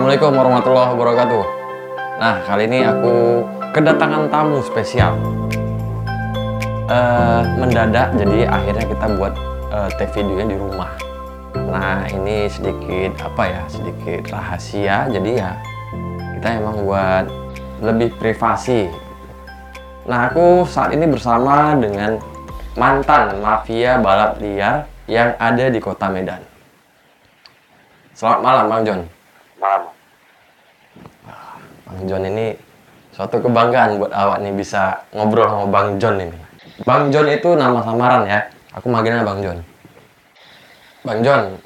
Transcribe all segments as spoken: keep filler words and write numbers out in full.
Assalamualaikum warahmatullahi wabarakatuh. Nah, kali ini aku kedatangan tamu spesial. Uh, mendadak, jadi akhirnya kita buat uh, take videonya di rumah. Nah, ini sedikit apa ya, sedikit rahasia. Jadi ya, kita emang buat lebih privasi. Nah, aku saat ini bersama dengan mantan mafia balap liar yang ada di kota Medan. Selamat malam, Bang John. Malam. Bang John ini suatu kebanggaan buat awak nih bisa ngobrol sama Bang John ini. Bang John itu nama samaran ya. Aku manggilnya Bang John. Bang John,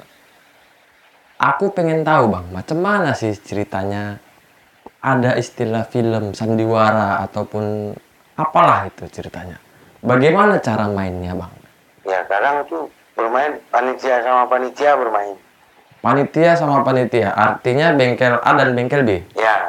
aku pengen tahu Bang, macam mana sih ceritanya ada istilah film sandiwara ataupun apalah itu ceritanya. Bagaimana cara mainnya Bang? Ya kadang tuh bermain panitia sama panitia bermain. Panitia sama panitia, artinya bengkel A dan bengkel B? Ya.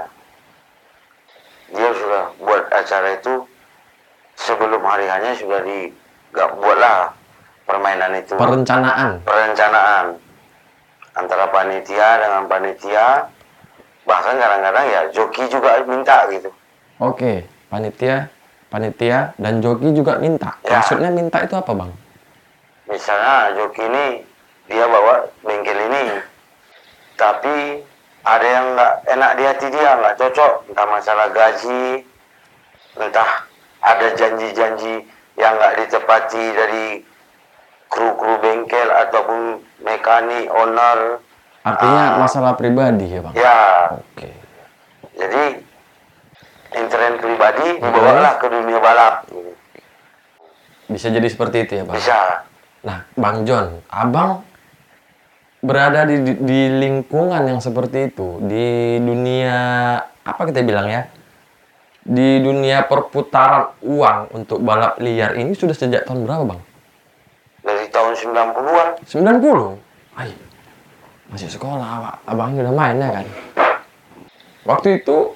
Dia sudah buat acara itu sebelum hari hanya sudah di gak buatlah permainan itu. Perencanaan. Perencanaan antara panitia dengan panitia, bahkan kadang-kadang ya joki juga minta gitu. Oke, panitia, panitia dan joki juga minta. Ya. Maksudnya minta itu apa Bang? Misalnya joki ini dia bawa bengkel ini, tapi ada yang nggak enak di hati dia, nggak cocok, entah masalah gaji, entah ada janji-janji yang nggak ditepati dari kru-kru bengkel ataupun mekanik, owner. Artinya uh, masalah pribadi ya Bang? Ya. Oke. Jadi intern pribadi dibawalah ke dunia balap. Bisa jadi seperti itu ya Bang? Bisa. Nah, Bang John, Abang berada di, di, di lingkungan yang seperti itu, di dunia, apa kita bilang ya, di dunia perputaran uang untuk balap liar ini sudah sejak tahun berapa Bang? Dari tahun sembilan puluhan. sembilan puluh? Ay, masih sekolah, Abang. Abangnya udah main ya kan? Waktu itu,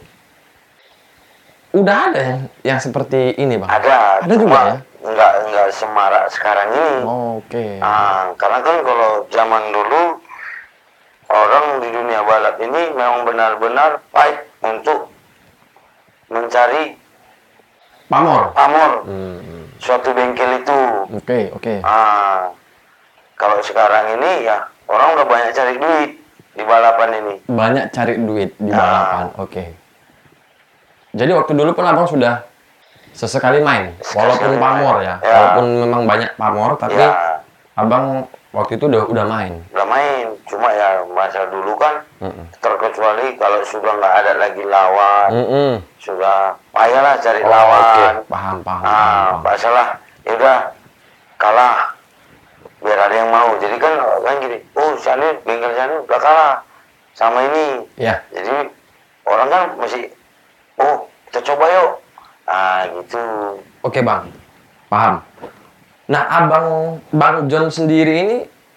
udah ada yang, yang seperti ini Bang? Ada. Ada juga ya? Nggak, nggak semarak sekarang ini. Oh, oke. Okay. Nah, karena kan kalau zaman dulu orang di dunia balap ini memang benar-benar fight untuk mencari pamor. Pamor. Hmm. Suatu bengkel itu. Oke, okay, oke. Okay. Nah, kalau sekarang ini ya orang udah banyak cari duit di balapan ini. Banyak cari duit di nah. balapan. Oke. Okay. Jadi waktu dulu pun Abang sudah sesekali main, Sekali walaupun pamor ya. ya, walaupun memang banyak pamor, tapi ya. Abang waktu itu udah udah main. Udah main, cuma ya masa dulu kan, mm-mm. terkecuali kalau sudah nggak ada lagi lawan, mm-mm. sudah payahlah cari oh, lawan. Okay. Paham, paham. Nah, pak salah, ya udah kalah, biar ada yang mau. Jadi kan kan gini, oh sana bengkel sana udah kalah sama ini. Ya. Jadi orang kan masih, oh kita coba yuk. Ah gitu. Oke Bang, paham. Nah abang Bang John sendiri ini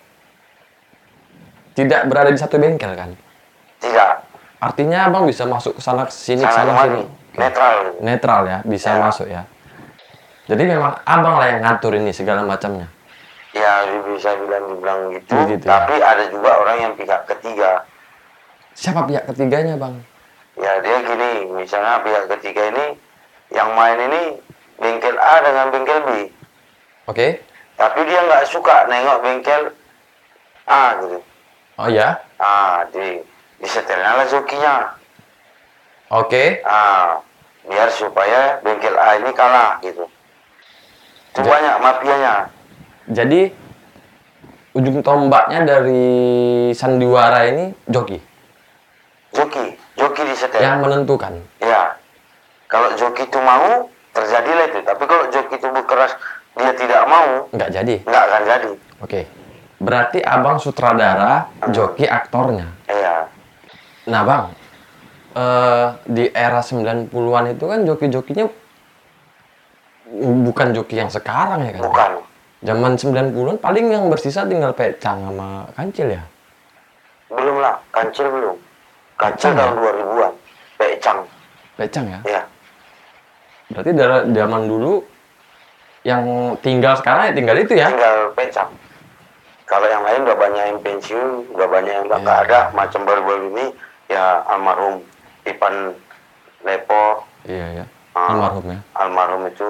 tidak berada di satu bengkel kan? Tidak. Artinya abang bisa masuk ke sana ke sini ke sana sini. Netral. Netral ya, bisa ya. Masuk ya. Jadi memang abang lah yang ngatur ini segala macamnya. Ya bisa bilang dibilang gitu. gitu tapi ya? Ada juga orang yang pihak ketiga. Siapa pihak ketiganya Bang? Ya dia gini, misalnya pihak ketiga ini yang main ini bengkel A dengan bengkel B. Oke. Okay. Tapi dia nggak suka nengok bengkel A gitu. Oh ya? Ah, di disetelnya lah jokinya. Oke. Okay. Ah, biar supaya bengkel A ini kalah gitu. Itu J- banyak mafianya. Jadi ujung tombaknya dari sandiwara ini joki. Joki, joki disetel. Yang menentukan. Ya. Kalau joki itu mau, terjadilah itu. Tapi kalau joki itu berkeras, dia tidak mau, nggak jadi. Nggak akan jadi. Oke. Berarti abang sutradara, hmm. joki aktornya. Iya. Nah bang, uh, di era sembilan puluhan itu kan joki-jokinya bukan joki yang sekarang ya kan? Bukan. Zaman sembilan puluhan paling yang bersisa tinggal pecang sama kancil ya? Belum lah, kancil belum. Kancil tahun dua ribuan. Pecang. Pecang ya? Iya. Berarti dari zaman dulu yang tinggal sekarang ya tinggal itu ya? Tinggal pecang. Kalau yang lain udah banyak yang pensiun, udah banyak yang nggak yeah. ada, macam baru-baru ini ya almarhum Ipan Lepo. Iya ya. uh, Almarhum ya. Almarhum itu.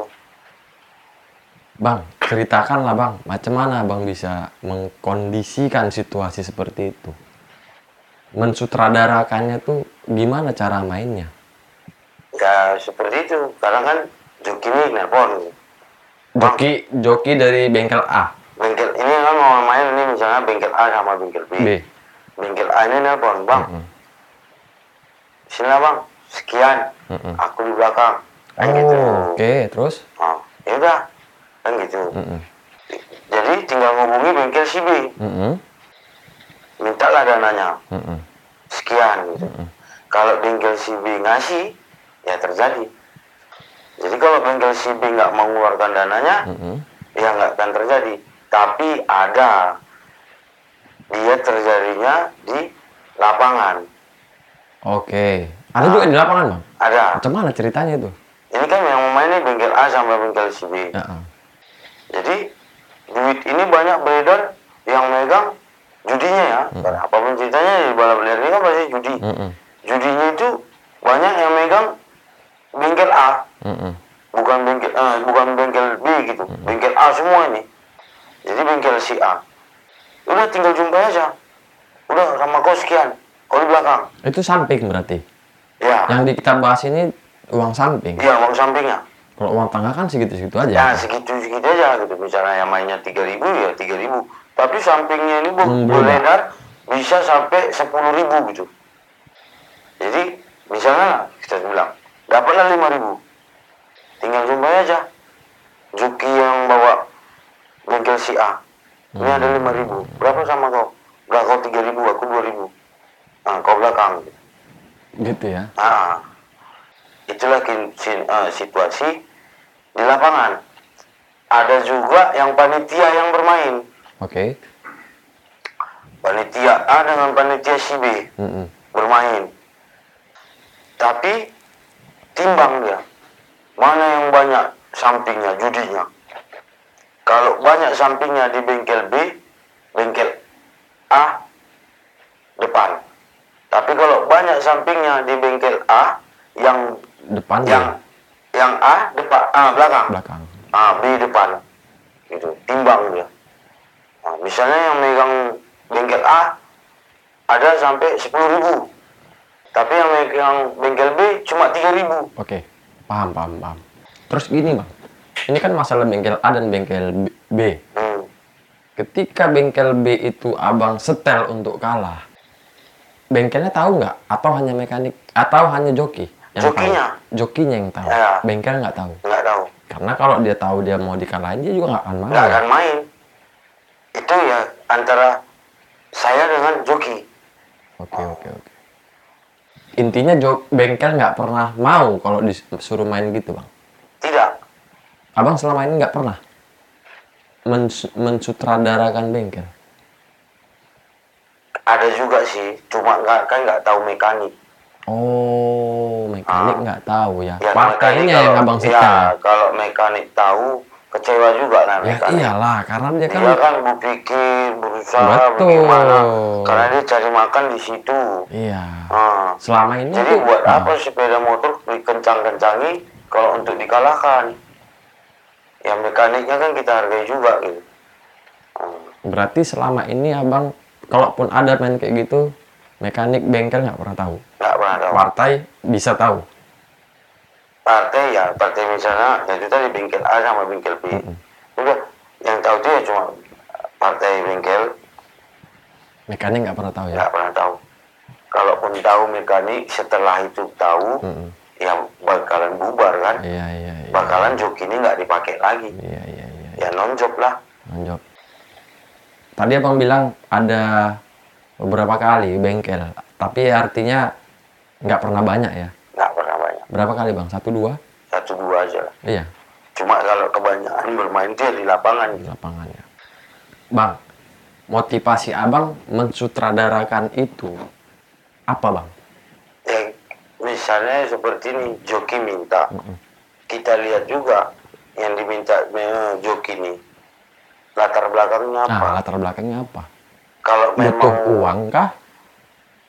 Bang, ceritakanlah bang, macam mana bang bisa mengkondisikan situasi seperti itu? Mensutradarakannya tuh gimana cara mainnya? Ya seperti itu, karena kan joki ini nelpon. Joki, joki dari bengkel A. Bengkel ini kan mau main ini misalnya bengkel A sama bengkel B. B. Bengkel A ini nelpon, bang. Mm-mm. Sini lah bang, sekian. Mm-mm. Aku di belakang. Kan Oh, gitu. oke, okay. Terus? Oh, ya udah, kan gitu. Mm-mm. Jadi tinggal ngubungi bengkel si B. Mm-mm. Mintalah dananya. Mm-mm. Sekian gitu. Mm-mm. Kalau bengkel si B ngasih, ya terjadi. Jadi kalau bengkel si B nggak mengeluarkan dananya, Mm-mm. ya nggak akan terjadi. Tapi ada, dia terjadinya di lapangan. Oke. Okay. Ada juga di lapangan bang? Ada. Macam mana ceritanya itu? Ini kan yang mainnya bengkel A sama bengkel si B. Ya. Jadi duit ini banyak beredar yang megang judinya ya. Mm-mm. Apapun ceritanya di balap liar ini kan pasti judi. Mm-mm. Judinya itu banyak yang megang bengkel A. Mm-mm. Bukan bengkel eh, bukan bengkel B gitu. Mm-mm. Bengkel A semua ini. Jadi bengkel si A. Udah tinggal jumpa aja. Udah sama kau sekian. Kau di belakang. Itu samping berarti? Ya. Yang kita bahas ini uang samping? Iya, uang sampingnya. Kalau uang tangga kan segitu-segitu aja. Ya, segitu-segitu aja gitu. Misalnya yang mainnya tiga ribu ya tiga ribu. Tapi sampingnya ini Hmm, beredar bisa sampai sepuluh ribu gitu. Jadi misalnya kita bilang dapatlah lima ribu. Tinggal jumpa aja. Joki yang bawa bengkel si A. Ini Hmm. ada lima ribu. Berapa sama kau? Enggak, kau tiga ribu, aku dua ribu. Nah, kau belakang. Gitu ya. Nah, itulah kin- sin- eh, situasi di lapangan. Ada juga yang panitia yang bermain. Oke. Panitia A dengan panitia si B Mm-mm. bermain. Tapi timbang dia. Mana yang banyak sampingnya, judinya. Kalau banyak sampingnya di bengkel B, bengkel A depan. Tapi kalau banyak sampingnya di bengkel A, yang Depan yang ya? yang A depan, ah belakang. Belakang. A, B depan. Gitu, timbang dia. Nah, misalnya yang megang bengkel A ada sampai sepuluh ribu. Tapi yang megang bengkel B cuma tiga ribu. Oke. Paham, paham, paham. Terus gini bang. Ini kan masalah bengkel A dan bengkel B. Hmm. Ketika bengkel B itu abang setel untuk kalah, bengkelnya tahu nggak? Atau hanya mekanik? Atau hanya joki? Yang Jokinya. Tahu? Jokinya yang tahu. Ya. Bengkel nggak tahu. Nggak tahu. Karena kalau dia tahu dia mau dikalahin, dia juga nggak akan mau. Nggak akan main. Itu ya antara saya dengan joki. Oke, oke, oke. Intinya jok, bengkel nggak pernah mau kalau disuruh main gitu bang. Tidak. Abang selama ini nggak pernah mens mensutradarakan bengkel. Ada juga sih, cuma nggak kan nggak tahu mekanik. Oh, mekanik Ah. nggak tahu ya. Ya, Partainya mekanik yang kalau- abang setel. Ya, kalau mekanik tahu, kecewa juga lah Ya mekanik. iyalah, karena dia kan, Dia kan berpikir, berusaha, Betul. bagaimana. Karena dia cari makan di situ. iya. Ah. Selama ini Jadi tuh, buat nah, apa sepeda motor dikencang-kencangi kalau untuk dikalahkan? Ya mekaniknya kan kita hargai juga gitu. Hmm. berarti selama ini abang, kalaupun ada main kayak gitu, mekanik bengkel nggak pernah tahu. Nggak pernah tahu. Partai bisa tahu. Partai ya, partai misalnya, ya itu tadi bengkel A sama bengkel B. Mm-mm. Udah, yang tahu tuh ya cuma partai bengkel, Mekanik nggak pernah tahu ya. nggak pernah tahu. Kalaupun tahu mekanik, setelah itu tahu, Mm-mm. ya bakalan bubar kan. Iya, iya, iya. Bakalan joki ini nggak dipakai lagi. Iya, iya, iya. Ya non-job lah. Lanjut. Tadi abang bilang ada beberapa kali bengkel, tapi artinya nggak pernah banyak ya. Nggak pernah banyak. Berapa kali bang? Satu dua? Satu dua aja lah. Iya, Cuma kalau kebanyakan bermain dia di lapangan. di lapangannya. Bang, motivasi abang mensutradarakan itu apa bang? Ya, misalnya seperti ini, joki minta. Mm-mm. Kita lihat juga yang diminta eh, joki ini. Latar belakangnya apa? Nah, latar belakangnya apa? Kalau Butuh memang uang kah?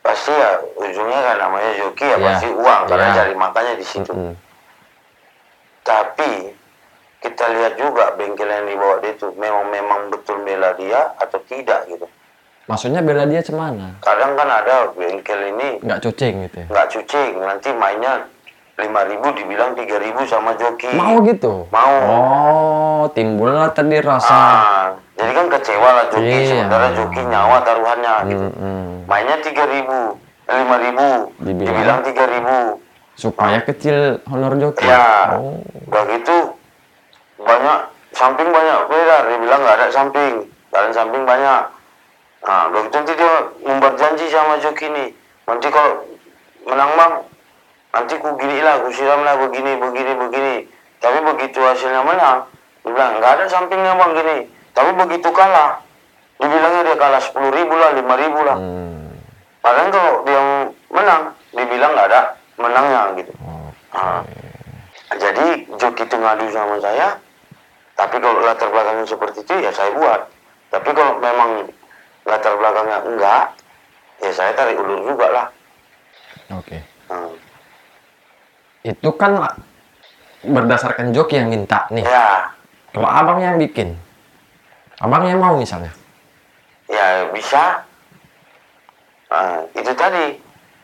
pasti ya ujungnya kan namanya joki ya, Iya, pasti uang karena iya. cari makannya di situ. Mm-mm. Tapi kita lihat juga bengkel yang dibawa dia itu memang memang betul bela dia atau tidak gitu. Maksudnya bela dia cemana? Kadang kan ada bengkel ini Nggak cocing gitu ya? nggak cucing, nanti mainnya lima ribu dibilang tiga ribu sama joki. Mau gitu? Mau. Oh, timbullah tadi rasa. Ah, jadi kan kecewa lah joki, Iya. sementara joki nyawa taruhannya gitu. Mm-mm. Mainnya tiga ribu, lima ribu, Dibilang? dibilang tiga ribu. Supaya kecil honor joki. Ya, Oh. udah gitu banyak samping banyak beda, dia bilang nggak ada samping, kalian samping banyak. Nah, begitu nanti dia membuat janji sama joki nih, nanti kalau menang bang, nanti ku gini lah, ku siram lah begini, begini, begini. Tapi begitu hasilnya menang, dia bilang nggak ada sampingnya bang gini. Tapi begitu kalah, dibilangnya dia kalah sepuluh ribu lah, lima ribu lah. Hmm. Padahal kalau dia menang, dibilang nggak ada menangnya gitu. Oke. Nah, jadi joki itu ngadu sama saya, tapi kalau latar belakangnya seperti itu ya saya buat. Tapi kalau memang latar belakangnya enggak, ya saya tarik ulur juga lah. Oke. Hmm. Itu kan berdasarkan joki yang minta nih. Ya, Kalau abang yang bikin, abang yang mau misalnya. ya bisa. Nah, itu tadi.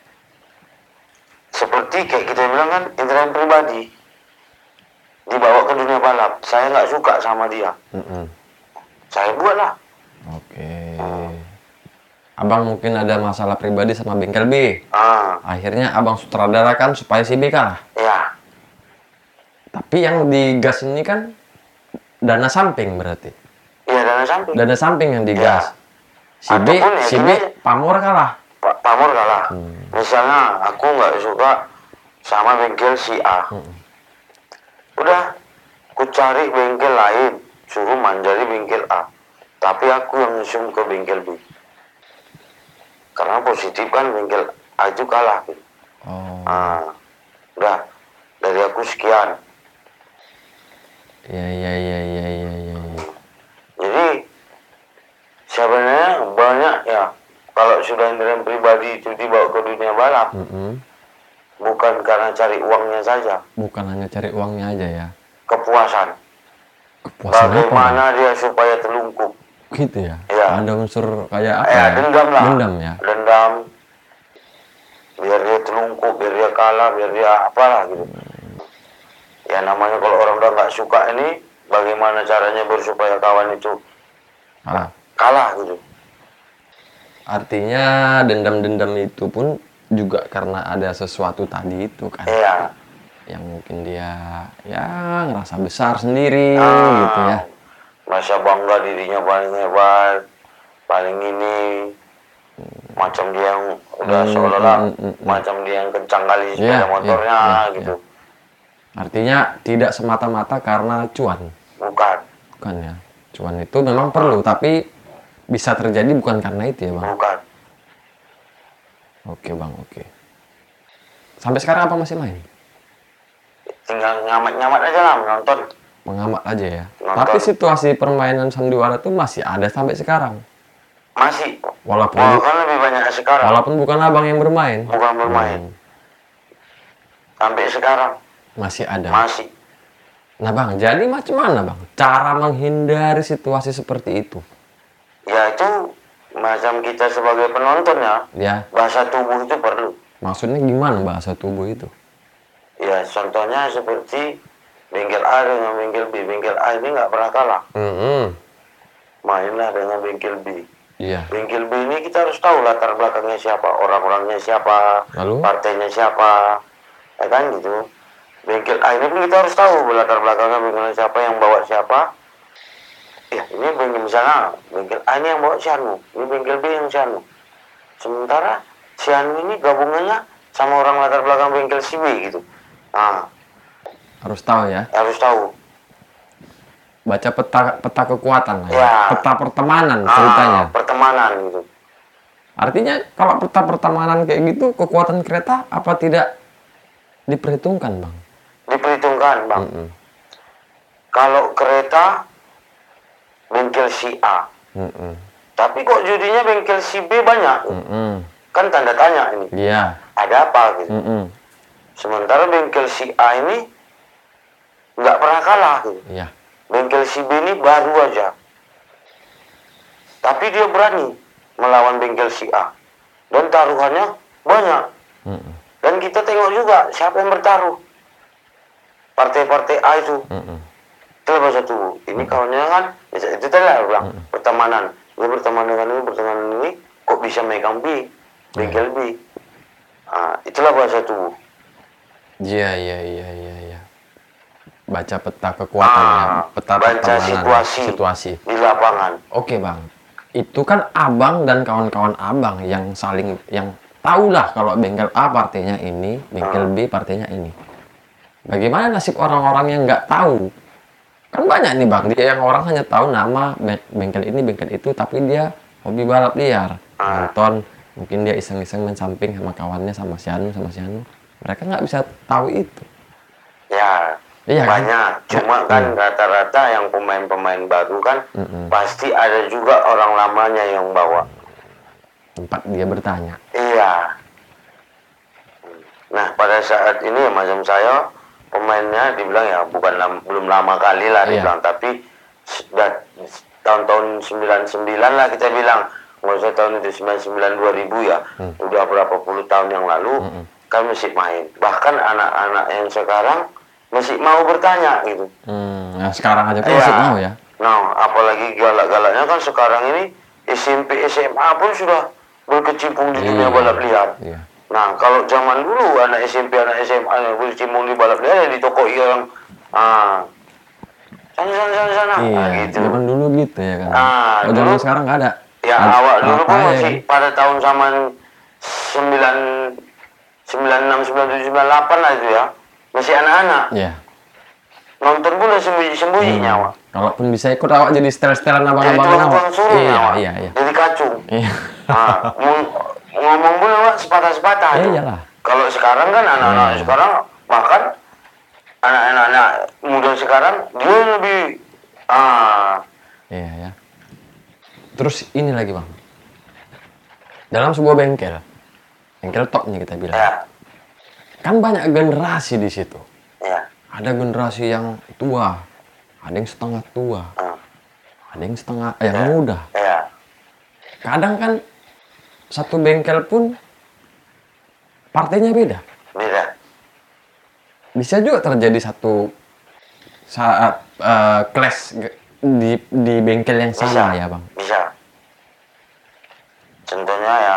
Seperti kayak kita bilang kan, interaksi pribadi. Dibawa ke dunia balap. Saya nggak suka sama dia. Mm-mm. Saya buat lah. Oke. Abang mungkin ada masalah pribadi sama bengkel B. Ah, Akhirnya abang sutradarakan supaya si B kalah. ya, Tapi yang digas ini kan dana samping berarti. iya dana samping. Dana samping yang digas. Si B, Ataupun ya si B gini, pamor kalah. Pak Pamor kalah. Hmm. Misalnya aku nggak suka sama bengkel si A. Hmm. Udah, ku cari bengkel lain, suruh manjari bengkel A. Tapi aku yang nyusun ke bengkel B. Karena positif kan bengkel A itu kalah. Gitu. Oh. Nah, udah, dari aku sekian. Ya ya ya ya ya ya. ya. Jadi sebenarnya banyak ya, kalau sudah interaksi pribadi itu dibawa ke dunia balap, Mm-mm. bukan karena cari uangnya saja, Bukan hanya cari uangnya aja ya. kepuasan. Kepuasan apa? Bagaimana dia supaya terlungkup. Gitu ya. Iya. Ada unsur kayak apa? Ya, dendam lah. Dendam ya. Dendam. Biar dia terlungkup, biar dia kalah, biar dia apalah gitu. Ya namanya kalau orang udah nggak suka ini, bagaimana caranya bersupaya kawan itu Kalah. kalah gitu. Artinya dendam-dendam itu pun juga karena ada sesuatu tadi itu kan. Iya. Yang mungkin dia ya ngerasa besar sendiri Ah, gitu ya. Masa bangga dirinya paling hebat, paling ini, macam dia yang udah Hmm, seolah-olah hmm, hmm, hmm. macam dia yang kencang kali Iya, sepeda iya, motornya iya, gitu. Artinya tidak semata-mata karena cuan. Bukan, Bukan ya. Cuan itu memang perlu tapi bisa terjadi bukan karena itu ya bang. bukan. Oke bang, oke. Sampai sekarang apa masih main? Tinggal nyamat-nyamat aja lah menonton. Mengamat aja ya. Nonton. Tapi situasi permainan sandiwara itu masih ada sampai sekarang. Masih. Walaupun Bahkan lebih banyak sekarang. walaupun bukan abang yang bermain. Bukan bermain. Hmm, Sampai sekarang masih ada. masih. Nah bang, jadi macam mana bang? Cara menghindari situasi seperti itu? Ya itu macam kita sebagai penonton ya, Ya, bahasa tubuh itu perlu. maksudnya gimana bahasa tubuh itu? Ya contohnya seperti bengkel A dengan bengkel B. Bengkel A ini nggak pernah kalah. Hmm, Mainlah dengan bengkel B. iya. Bengkel B ini kita harus tahu latar belakangnya siapa, orang-orangnya siapa, Lalu? partainya siapa, ya kan gitu. Bengkel A ini pun kita harus tahu latar belakangnya bengkel siapa, yang bawa siapa. Ya ini bengkel misalnya bengkel A ini yang bawa si Anu, ini bengkel B yang si Anu. Sementara si Anu ini gabungannya sama orang latar belakang bengkel si B gitu. Nah, Harus tahu ya. harus tahu. Baca peta peta kekuatan lah ya. Ya. Peta pertemanan ceritanya. Ah, pertemanan gitu. Artinya kalau peta pertemanan kayak gitu, kekuatan kereta apa tidak diperhitungkan bang? Diperhitungkan bang. Mm-mm. Kalau kereta bengkel si A, Mm-mm. tapi kok judinya bengkel si B banyak. Mm-mm. kan tanda tanya ini. Iya. Ada apa gitu. Mm-mm. Sementara bengkel si A ini nggak pernah kalah gitu. Iya. Bengkel si B ini baru aja. Tapi dia berani melawan bengkel si A. Dan taruhannya banyak. Mm-mm. Dan kita tengok juga siapa yang bertaruh. Partai-partai A itu. Mm-mm. Itulah bahasa tubuh. Ini kawannya kan, itu tadi lah bilang, pertemanan. Gue berteman dengan ini, berteman dengan ini, kok bisa megang B, bengkel B. Nah, itulah bahasa tubuh. Iya, iya, iya, iya, iya. Baca peta kekuatannya, Ah, peta baca pertemanan, situasi, situasi. di lapangan. Oke bang, itu kan abang dan kawan-kawan abang yang saling, yang tahu lah kalau bengkel A partainya ini, bengkel B partainya ini. Bagaimana nasib orang-orang yang nggak tahu? Kan banyak nih bang, dia yang orang hanya tahu nama bengkel ini, bengkel itu, tapi dia hobi balap liar, nonton, mungkin dia iseng-iseng main samping sama kawannya, sama si Anu, sama si Anu. Mereka nggak bisa tahu itu. Ya, Iya, banyak. kan? Cuma Ya. kan Hmm. rata-rata yang pemain-pemain baru kan, Mm-mm. pasti ada juga orang lamanya yang bawa. Tempat dia bertanya. Iya. Nah, pada saat ini ya macam saya, pemainnya dibilang ya bukan lam- belum lama kali lah Iya. dibilang, tapi sudah tahun-tahun sembilan puluh sembilan lah kita bilang, nggak usah tahun itu sembilan puluh sembilan dua ribu ya, Hmm. udah berapa puluh tahun yang lalu Mm-mm. kan masih main. Bahkan anak-anak yang sekarang masih mau bertanya gitu. Hmm, nah sekarang aja pun Iya. masih mau ya. Nah, apalagi galak-galaknya kan sekarang ini S M P S M A pun sudah berkecimpung di dunia Iya. balap liar. Iya. Nah, kalau zaman dulu anak S M P, anak S M A yang berkecimpung di balap liar yang ditokoi orang, ah, sana sana sana sana, Iya, nah, gitu. zaman dulu gitu ya kan. Ah, Kalau zaman dulu- sekarang nggak ada. Ya Ad- awal dulu apa pun ya masih kan? pada tahun zaman sembilan sembilan enam sembilan tujuh sembilan delapan lah itu ya, masih anak-anak. Iya. Nonton pun udah sembunyi-sembunyi Hmm. nyawa. Kalaupun bisa ikut awak jadi setel-setelan Jadi abang-abang tuang-tuang awak. suruh Iya, nyawa. iya, iya. Jadi kacung. Iya. Nah, ngom- ngomong pun awak sepatah-sepatah. Iya, tuh. iyalah. Kalau sekarang kan anak-anak Hmm. sekarang bahkan anak-anak anak muda sekarang dia lebih ah Iya ya. Terus ini lagi bang. Dalam sebuah bengkel, bengkel top nih kita bilang. ya Kan banyak generasi di situ. ya Ada generasi yang tua, ada yang setengah tua, ah, ada yang setengah eh, yang muda. ya Kadang kan satu bengkel pun partainya beda. beda Bisa juga terjadi satu saat eh, clash ge- di di bengkel yang bisa sama ya bang. bisa. Contohnya ya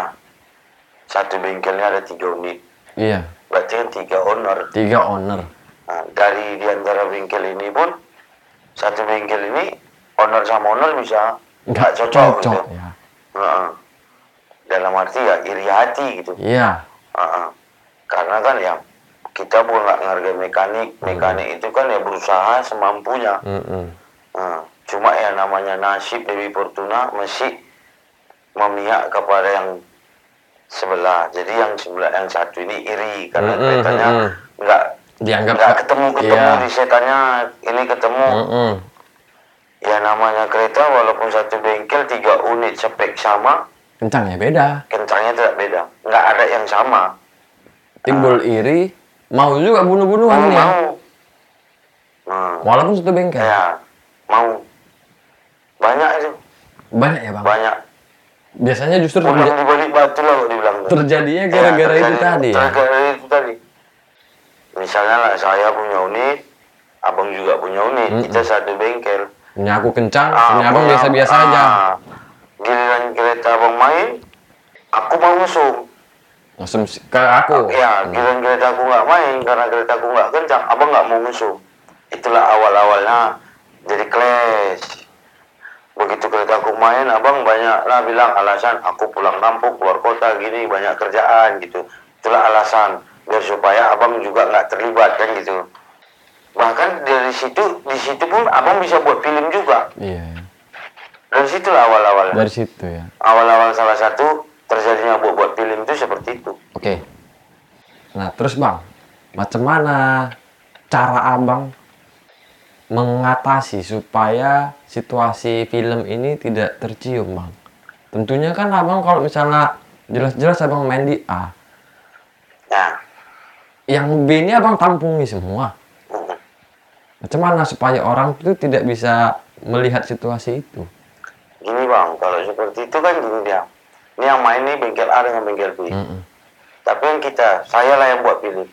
satu bengkelnya ada tiga unit, Iya, berarti kan tiga owner. tiga owner. Nah, dari di antara bengkel ini pun satu bengkel ini owner sama owner bisa nggak cocok, gitu. ya. Heeh. Dalam arti ya iri hati gitu. Iya, Heeh. Karena kan ya kita pun nggak ngargai mekanik, mekanik itu kan ya berusaha semampunya. mm-mm. Nah, cuma ya namanya nasib Dewi Fortuna masih memihak kepada yang sebelah. Jadi yang sebelah yang satu ini iri karena Mm-mm, keretanya mm-mm. nggak Dianggap nggak ketemu ketemu Iya. di setannya ini ketemu. Mm-mm. Ya namanya kereta walaupun satu bengkel tiga unit spek sama, Kencangnya beda. kencangnya tidak beda. Nggak ada yang sama. Timbul iri, mau juga bunuh-bunuhan Mau nih ya. mau. Nah, Walaupun satu bengkel. ya mau. Banyak itu, Banyak ya bang. banyak. Biasanya justru Udang terja- di balik batu lah kok dibilang. terjadinya Ya, gara-gara itu terjadi- tadi ya. Gara-gara itu tadi. Misalnya lah saya punya unit, abang juga punya unit, Mm-mm. kita satu bengkel. Punya aku kencang, Ah, punya abang punya- biasa-biasa ah, aja. Giliran kereta abang main, aku mau ngusung. Langsung si- ke aku. Ya, giliran kereta aku nggak main karena kereta aku nggak kencang, abang nggak mau ngusung. Itulah awal-awalnya jadi clash. Begitu kereta aku main, abang banyak lah bilang alasan aku pulang kampung, keluar kota gini, banyak kerjaan gitu. Itulah alasan biar supaya abang juga nggak terlibat kan gitu. Bahkan dari situ, di situ pun abang bisa buat film juga. Iya, iya. Dari situlah awal-awal. Dari situ ya. Awal-awal salah satu terjadinya buat-buat film itu seperti itu. Oke. Nah, terus Bang, macam mana cara Abang mengatasi supaya situasi film ini tidak tercium, Bang? Tentunya kan Abang kalau misalnya Jelas-jelas abang main di A. Ya. Yang B ini abang tampungi semua. Hmm. Macam mana supaya orang itu tidak bisa melihat situasi itu? Gini bang, kalau seperti itu kan gini dia. Ini yang main nih bengkel A dengan bengkel B. Mm-mm. Tapi yang kita, saya lah yang buat pilih.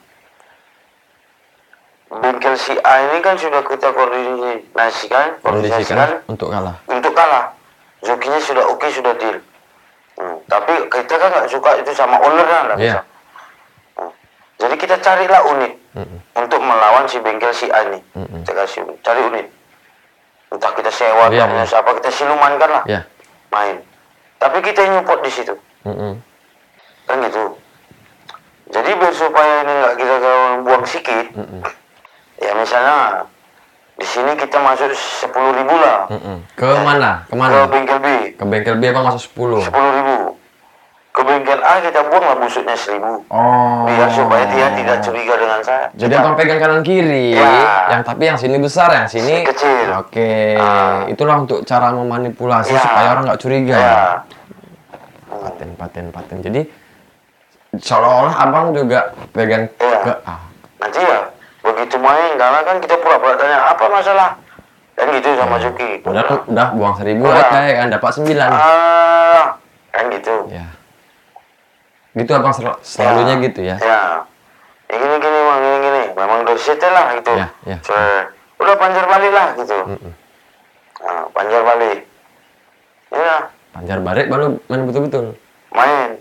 Bengkel si A ini kan sudah kita koordinasikan, koordinasikan Kondisikan untuk kalah. untuk kalah. Jokinya sudah oke, sudah deal. Hmm. Tapi kita kan nggak suka itu sama ownernya lah. Iya. Hmm. Jadi kita carilah unit Mm-mm. untuk melawan si bengkel si A ini. Mm-mm. Kita kasih unit. Cari unit. Entah kita sewa, Iya, atau iya. siapa, kita silumankan lah. Ya. Main. Tapi kita yang nyupport di situ. Mm-mm. Kan gitu. Jadi biar supaya ini nggak kita buang sikit, Mm-mm. ya misalnya di sini kita masuk sepuluh ribu lah. Mm-mm. Ke mana? Ke Kemana? bengkel B Ke bengkel B abang masuk sepuluh. sepuluh ribu. Ke bengkel A kita buang lah busuknya seribu. Oh. Biar supaya dia tidak curiga dengan saya. Jadi Kita- abang pegang kanan kiri, Ya. yang tapi yang sini besar, yang sini Kecil. Oke, Ah. itulah untuk cara memanipulasi Ya. supaya orang nggak curiga. Ya. Paten, paten, paten. Jadi seolah-olah abang juga pegang Ya. ke A. Nanti ya begitu main karena kan kita pura-pura tanya apa masalah. Kan gitu sama Joki. Udah, udah buang seribu Udah. aja ya kan, dapat sembilan. Ah, kan gitu. Ya. Gitu abang sel- selalunya Ya. gitu ya. Ya. Ya gini gini bang, gini gini. Memang udah setel lah gitu. Ya, ya. Se- Udah panjar balik lah gitu. Mm-mm. Nah, panjar balik. Ya, Panjar balik baru main betul-betul. main.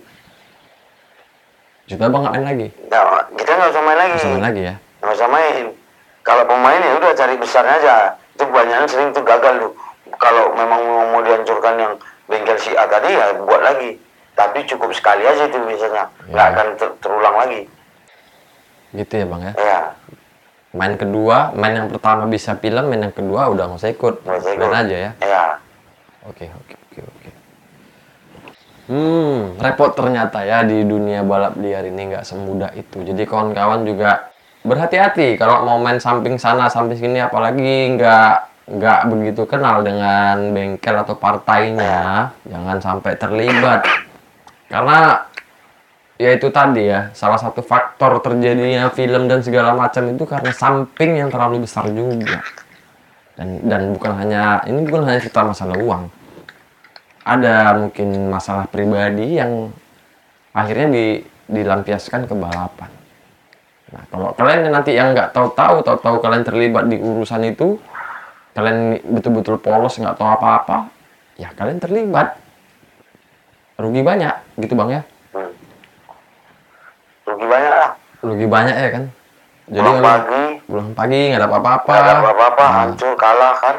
Juta abang nggak main lagi. Nah, kita nggak usah main lagi. Bisa main lagi ya. Nggak usah main. Kalau pemain ya udah cari besarnya aja. Itu kebanyakan sering tuh gagal tuh. Kalau memang mau mau dihancurkan yang bengkel si A tadi ya buat lagi. Tapi cukup sekali aja itu biasanya. Nggak Ya. akan ter- terulang lagi. Gitu ya bang ya. Ya. Main kedua, main yang pertama bisa film, main yang kedua udah nggak usah ikut. Nggak usah ikut. Main aja ya. Ya. Oke, oke, oke, oke. Hmm, repot ternyata ya di dunia balap liar ini nggak semudah itu. Jadi kawan-kawan juga berhati-hati kalau mau main samping sana samping sini, apalagi nggak nggak begitu kenal dengan bengkel atau partainya, jangan sampai terlibat. Karena ya itu tadi ya, salah satu faktor terjadinya film dan segala macam itu karena samping yang terlalu besar juga. Dan dan bukan hanya ini bukan hanya cerita masalah uang. Ada mungkin masalah pribadi yang akhirnya di, dilampiaskan ke balapan. Nah, kalau kalian nanti yang nggak tahu-tahu, tahu-tahu kalian terlibat di urusan itu, kalian betul-betul polos nggak tahu apa-apa, ya kalian terlibat, rugi banyak, gitu bang ya? Hmm. Rugi banyak lah. Rugi banyak ya kan? Jadi Pulang kalau pagi, pulang pagi nggak ada apa-apa. nggak ada apa-apa, Nah, hancur, kalah kan.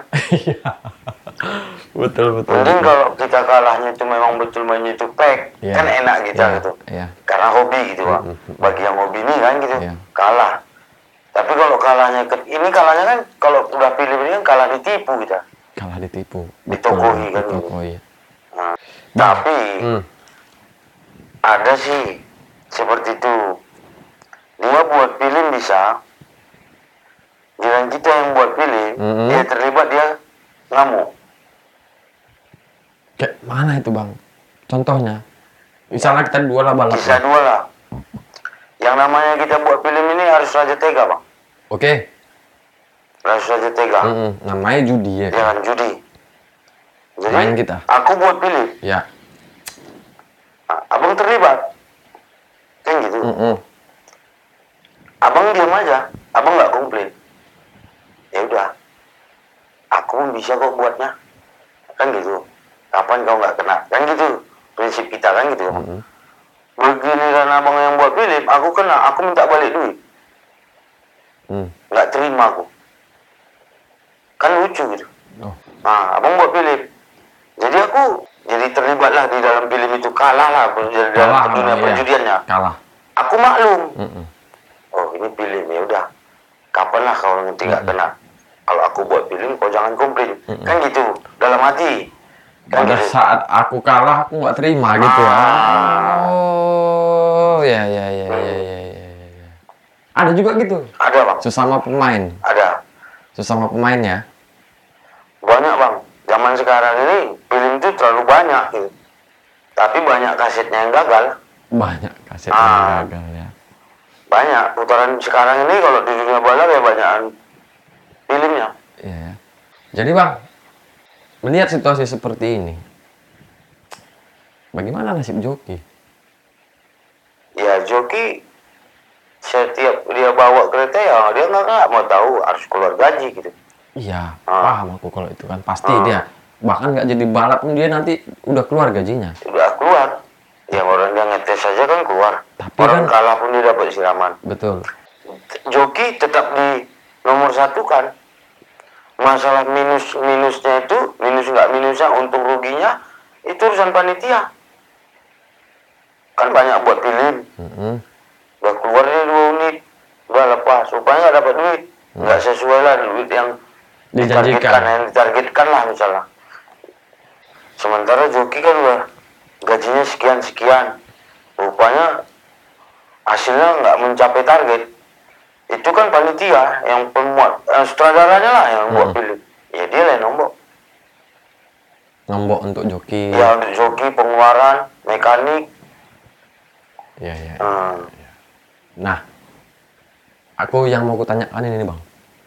betul betul. Mending betul. kalau kita kalahnya itu memang betul mainnya itu pack, Iya. kan enak kita Iya, gitu. iya. Karena hobi gitu pak. Mm-mm. Bagi yang hobi ini kan gitu, Iya. kalah. Tapi kalau kalahnya ke, ini kalahnya kan kalau udah pilih ini kan kalah ditipu kita. Kalah ditipu. Ditokoi kan gitu. Ditokoi. Nah, tapi Hmm. ada sih seperti itu. Dia buat film bisa, dengan kita yang buat film, Mm-mm. dia terlibat dia ngamuk. Kayak mana itu bang? Contohnya, misalnya kita dua lah balap. Bisa dua lah. Yang namanya kita buat film ini harus raja tega bang. Oke. Harus raja tega. Mm-mm. Namanya judi ya. kan? Jangan judi. Jadi Main kita. aku buat film, Ya. nah, abang terlibat, kan gitu. Mm-mm. Abang diam aja, abang nggak komplain. Ya udah, aku pun bisa kok buatnya, kan gitu. Kapan kau nggak kena, kan gitu. Prinsip kita kan gitu. Mm-mm. Begini dan abang yang buat film, aku kena, aku minta balik duit, Hmm. nggak terima aku. Kan lucu gitu. Oh. Nah, abang buat film. Jadi aku jadi terlibat lah di dalam film itu, kalah lah di dalam Kalah, dunia iya. perjudiannya. Kalah. Aku maklum. Mm-mm. Oh ini film ya udah. Kapan lah kau nanti nggak kena? Kalau aku buat film, kau jangan komplain. Mm-mm. Kan gitu, dalam hati. Kan Pada gitu. saat aku kalah, aku nggak terima gitu ya. Ah. Oh, ya, ya, ya, ya, ya, ya, ya. Ada juga gitu. Ada bang, Sesama pemain. ada. Sesama pemainnya. Banyak bang. Zaman sekarang ini film itu terlalu banyak gitu. Tapi banyak kasetnya yang gagal. Banyak kaset Ah. yang gagal ya. Banyak putaran sekarang ini kalau di dunia balap ya banyakan filmnya. Iya ya. Jadi bang, melihat situasi seperti ini, bagaimana nasib joki? Ya joki setiap dia bawa kereta ya dia nggak nggak mau tahu harus keluar gaji gitu. Iya, Ah. paham aku kalau itu kan pasti Ah. dia bahkan nggak jadi balap pun dia nanti udah keluar gajinya. Udah keluar. Ya orang dia ngetes saja kan keluar. Tapi Orang kan- kalah pun dia dapat siraman. Betul. Joki tetap di nomor satu kan. Masalah minus minusnya itu minus nggak minusnya untung ruginya itu urusan panitia. Kan banyak buat film. Mm-mm. Udah keluar dia dua unit, udah lepas supaya nggak dapat duit, nggak sesuai lah duit yang Dijanjikan. ditargetkan, yang ditargetkan lah misalnya. Sementara joki kan udah gajinya sekian sekian, rupanya hasilnya nggak mencapai target. Itu kan panitia yang pemuat, eh, sutradaranya lah yang buat Hmm. film. Ya dia lah yang nombok. Nombok untuk joki. Ya untuk joki pengeluaran, mekanik. Iya, iya. Hmm. Nah, aku yang mau kutanyakan ini nih bang.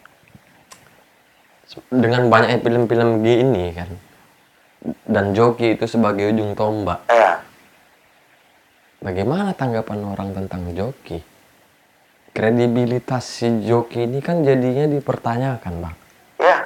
Dengan banyaknya film-film gini kan, dan joki itu sebagai ujung tombak, Ya, bagaimana tanggapan orang tentang joki? Kredibilitas si joki ini kan jadinya dipertanyakan bang. ya.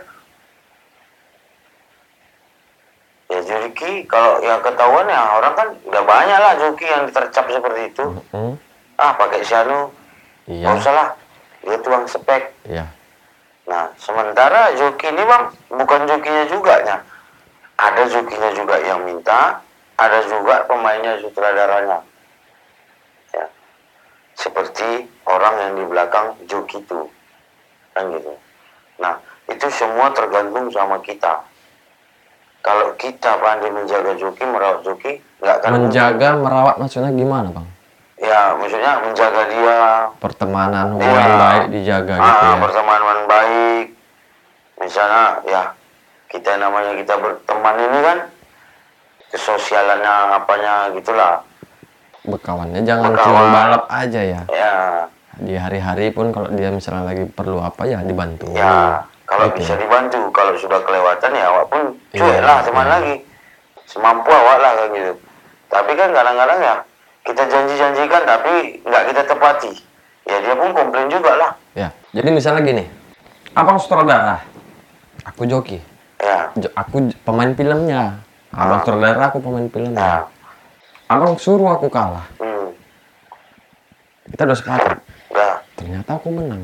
Ya joki kalau yang ketahuan ya orang kan udah banyak lah joki yang ditercap seperti itu. Hmm, Ah pakai sianu, iya, nggak usah lah, dia tuang spek. iya, Nah sementara joki ini bang bukan jokinya juga nya. Ada jokinya juga yang minta, ada juga pemainnya sutradaranya. Ya. Seperti orang yang di belakang joki itu, kan gitu. Nah itu semua tergantung sama kita. Kalau kita pandai menjaga joki, merawat joki, nggak akan menjaga merawat maksudnya gimana bang? ya maksudnya menjaga dia. Pertemanan hubungan Iya. baik dijaga Ah, gitu ya. pertemanan baik. Misalnya ya kita namanya kita berteman ini kan kesosialannya apanya gitulah. Berkawannya jangan Berkawan. cuma balap aja ya. Ya, Di hari-hari pun kalau dia misalnya lagi perlu apa ya dibantu. ya kalau Gitu bisa ya. dibantu, kalau sudah kelewatan ya awak pun cuek Iya, lah teman iya. lagi. Semampu awak lah kan gitu. Tapi kan kadang-kadang ya kita janji-janjikan tapi nggak kita tepati. Ya dia pun komplain juga lah. Ya, jadi misalnya gini, abang sutradara, aku joki, Ya, Jo- aku j- pemain filmnya, abang Ah. sutradara, aku pemain ya, filmnya. Abang suruh aku kalah, hmm, kita udah sepakat. udah. Ternyata aku menang,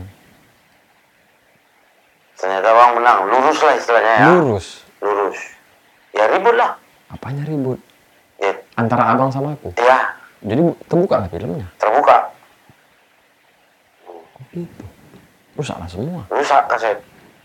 Ternyata bang menang, lurus lah istilahnya ya. lurus. Lurus. Ya ribut lah. Apanya ribut? Ya, Antara abang sama aku. ya Jadi bu- terbuka lah filmnya. terbuka. Gitu. Rusaklah semua. Rusak kaset.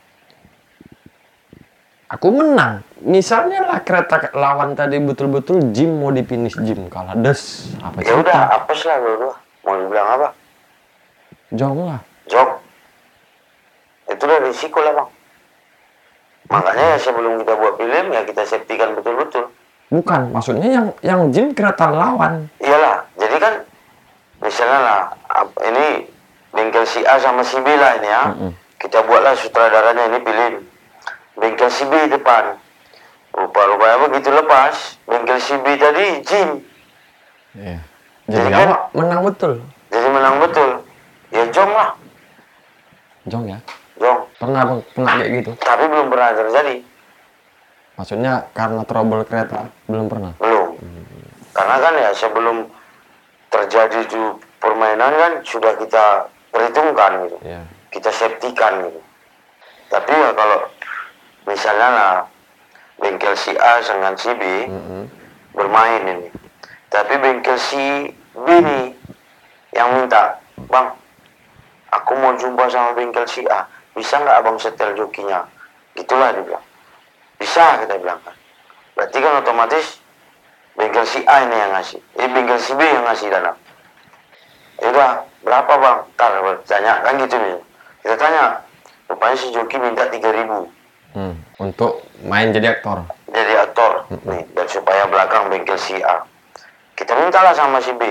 Aku menang. Misalnya lah kereta lawan tadi betul-betul Jim mau dipinish Jim kalah des. Apa Ya udah, cerita? apes lah dua-dua. Mau dibilang apa? Jong lah. Jok. Itu udah risiko lah bang. Makanya ya sebelum kita buat film ya kita safety-kan betul-betul. Bukan, maksudnya yang yang Jim kereta lawan. Iyalah, jadi kan misalnya lah ap- ini bengkel si A sama si B lah ini ya. Mm-mm. Kita buatlah sutradaranya ini film. Bengkel si B depan. Rupa-rupanya begitu lepas, bengkel si B tadi Jim. Iya. Jadi Jadi kan- awak menang betul. Jadi menang betul. Ya jong lah, Jong ya. jong. Pernah bang kena kayak gitu. Tapi belum pernah terjadi. Maksudnya karena trouble kereta belum pernah. Belum. Karena kan ya sebelum terjadi itu permainan kan sudah kita perhitungkan gitu. Iya. Kita safety-kan gitu. Tapi ya kalau misalnya lah bengkel si A dengan si B Mm-mm. bermain ini. Tapi bengkel si B nih yang minta, bang, aku mau jumpa sama bengkel si A. Bisa nggak abang setel jokinya? Gitulah dia bilang. Bisa kita bilang kan. Berarti kan otomatis bengkel si A ini yang ngasih. Eh bengkel si B yang ngasih dana. Ya udah, berapa bang? Ntar tanya kan gitu nih. Kita tanya. Rupanya si joki minta tiga ribu. Hmm. Untuk main jadi aktor. Jadi aktor nih, dan supaya belakang bengkel si A. Kita mintalah sama si B.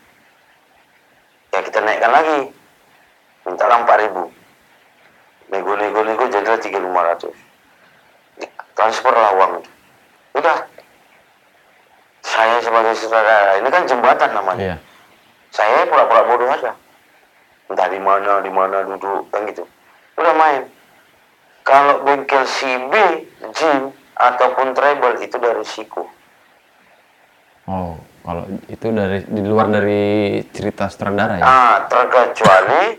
Ya kita naikkan lagi. Mintalah empat ribu. Nego-nego-nego jadilah tiga ribu lima ratus. Transferlah uang itu. Udah. Saya sebagai saudara, ini kan jembatan namanya. Iya. Saya pura-pura bodoh aja. Entah di mana, di mana duduk, kan gitu. Udah main. Kalau bengkel si B, gym, ataupun treble, itu dari risiko. Oh, kalau itu dari di luar dari cerita sutradara ya? Ah, terkecuali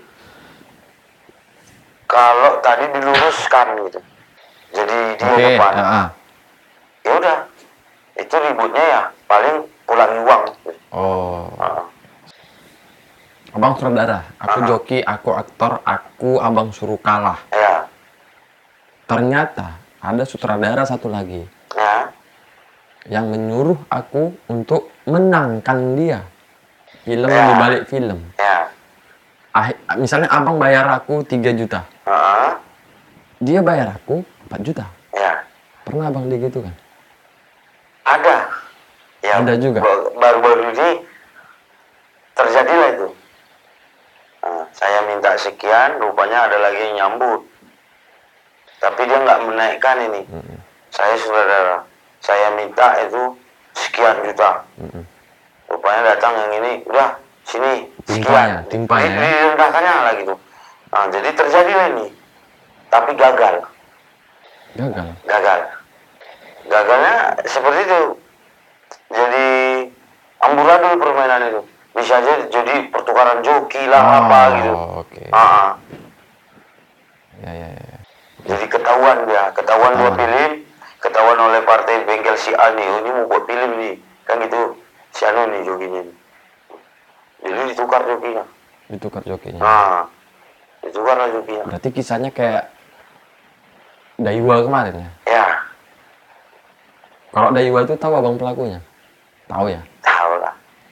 kalau tadi diluruskan gitu. Jadi dia Oke, depan. ah, ah. Ya udah. Itu ributnya ya paling pulangi uang. Oh, Ah, abang sutradara, aku Ah. joki, aku aktor, aku abang suruh kalah. ya, Ternyata ada sutradara satu lagi ya, yang menyuruh aku untuk menangkan dia. Film Ya. di balik film. ya. Ah, misalnya abang bayar aku tiga juta, Ah, dia bayar aku empat juta. ya. Pernah abang gitu kan? Ada. Ya, Ada juga. ba- Baru-baru ini terjadilah itu. Nah, saya minta sekian, rupanya ada lagi yang nyambut. Tapi dia nggak menaikkan ini. Mm-mm. Saya saudara, saya minta itu sekian juta. Mm-mm. Rupanya datang yang ini, udah sini Timpanya, sekian. timpanya Di- ya. Direndahkannya lah gitu. Nah, jadi terjadilah ini. Tapi gagal, Gagal. gagal. Gagalnya seperti itu. Jadi amburadul permainan itu. Bisa aja jadi pertukaran joki lah apa gitu. Oke. Ah, ah. Ya, ya, ya. Jadi ketahuan dia, ketahuan dia Ketahuan. film, ketahuan oleh partai bengkel si A nih, oh, ini mau buat film nih, kan gitu, si Anu nih jokinya. Jadi ditukar jokinya. Ditukar jokinya. Nah, ditukar lah jokinya. Berarti kisahnya kayak Daiwa kemarin ya? Ya, Kalau Daiwa itu tahu abang pelakunya? Tahu ya? tahu lah.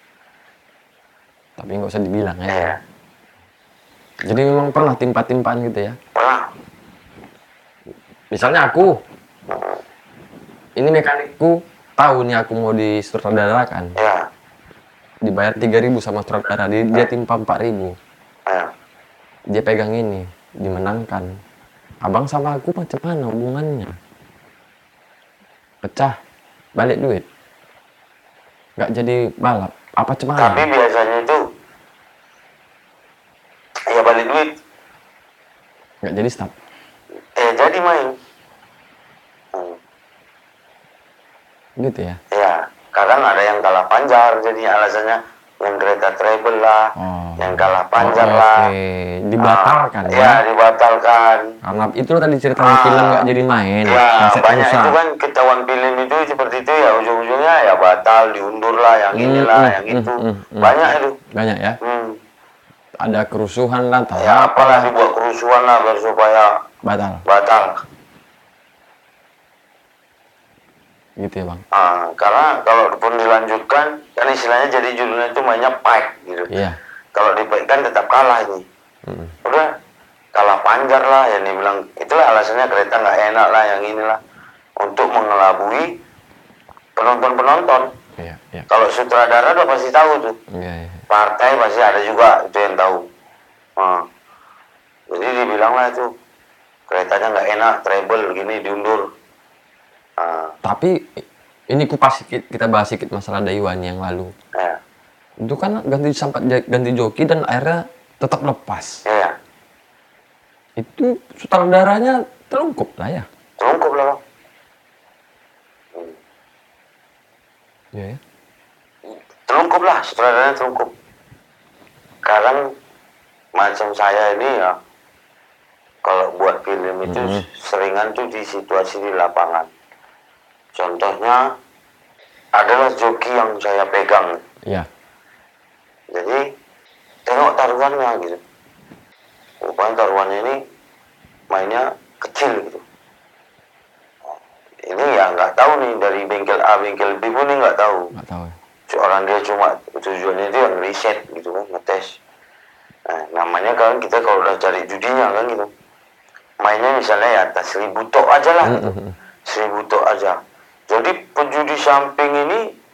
Tapi nggak usah dibilang ya. Ya, Jadi memang pernah timpa-timpaan gitu ya? pernah. Misalnya aku, ini mekanikku tahu nih aku mau disutradarakan, Ya, dibayar tiga ribu sama sutradara, dia, dia timpa empat ribu, ya. dia pegang ini, dimenangkan. Abang sama aku macam mana hubungannya? Pecah, balik duit, nggak jadi balap, apa cemana? Tapi biasanya itu, ya balik duit, Nggak jadi start. eh jadi main. Hmm. Gitu ya? Ya, kadang ada yang kalah panjar, jadi alasannya yang kereta treble lah, Oh. yang kalah panjar Oh, lah. oke. Dibatalkan Ah, ya? Ya, dibatalkan. Karena itu tadi ceritanya Ah. film nggak jadi main, Ya, kaset banyak rusak. itu kan ketahuan film itu seperti itu ya, ujung-ujungnya ya batal, diundur lah, yang Hmm, inilah, hmm, yang hmm, itu. hmm, hmm. Banyak itu. Banyak ya? Hmm. Ada kerusuhan lah, entah Ya, apa apalah dibuat kerusuhan lah biar supaya batal. batal. Gitu ya bang? Ah, karena kalau pun dilanjutkan, kan istilahnya jadi judulnya itu mainnya fight gitu. Iya. Kalau dipaikkan tetap kalah ini. Mm. Udah kalah panjar lah, yang dibilang itulah alasannya kereta nggak enak lah, yang inilah untuk mengelabui penonton-penonton. Iya, iya. Kalau sutradara udah pasti tahu tuh, Iya, iya. partai pasti ada juga itu yang tahu. Nah, jadi dibilang lah itu keretanya nggak enak, treble gini diundur. Nah, Tapi ini kupas sedikit, kita bahas sedikit masalah Daiwan yang lalu. ya, Itu kan ganti sempat ja- ganti joki dan akhirnya tetap lepas. ya, Itu sutradaranya terungkup lah ya. terungkup lah bang. Iya ya. Terungkup lah, sutradaranya terungkup. Sekarang macam saya ini ya, kalau buat film itu Mhm. seringan tuh di situasi di lapangan. Contohnya adalah joki yang saya pegang. Iya. Jadi tengok taruhannya gitu. Rupanya taruhannya ini mainnya kecil gitu. Ini ya nggak tahu nih dari bengkel A bengkel B pun ini nggak tahu. Nggak tahu ya. Orang dia cuma tujuannya itu yang riset gitu kan, ngetes. Nah, namanya kan kita kalau udah cari judinya kan gitu. Mainnya misalnya ya atas seribu tok aja lah gitu. Mm-mm. Seribu tok aja. Jadi penjudi samping ini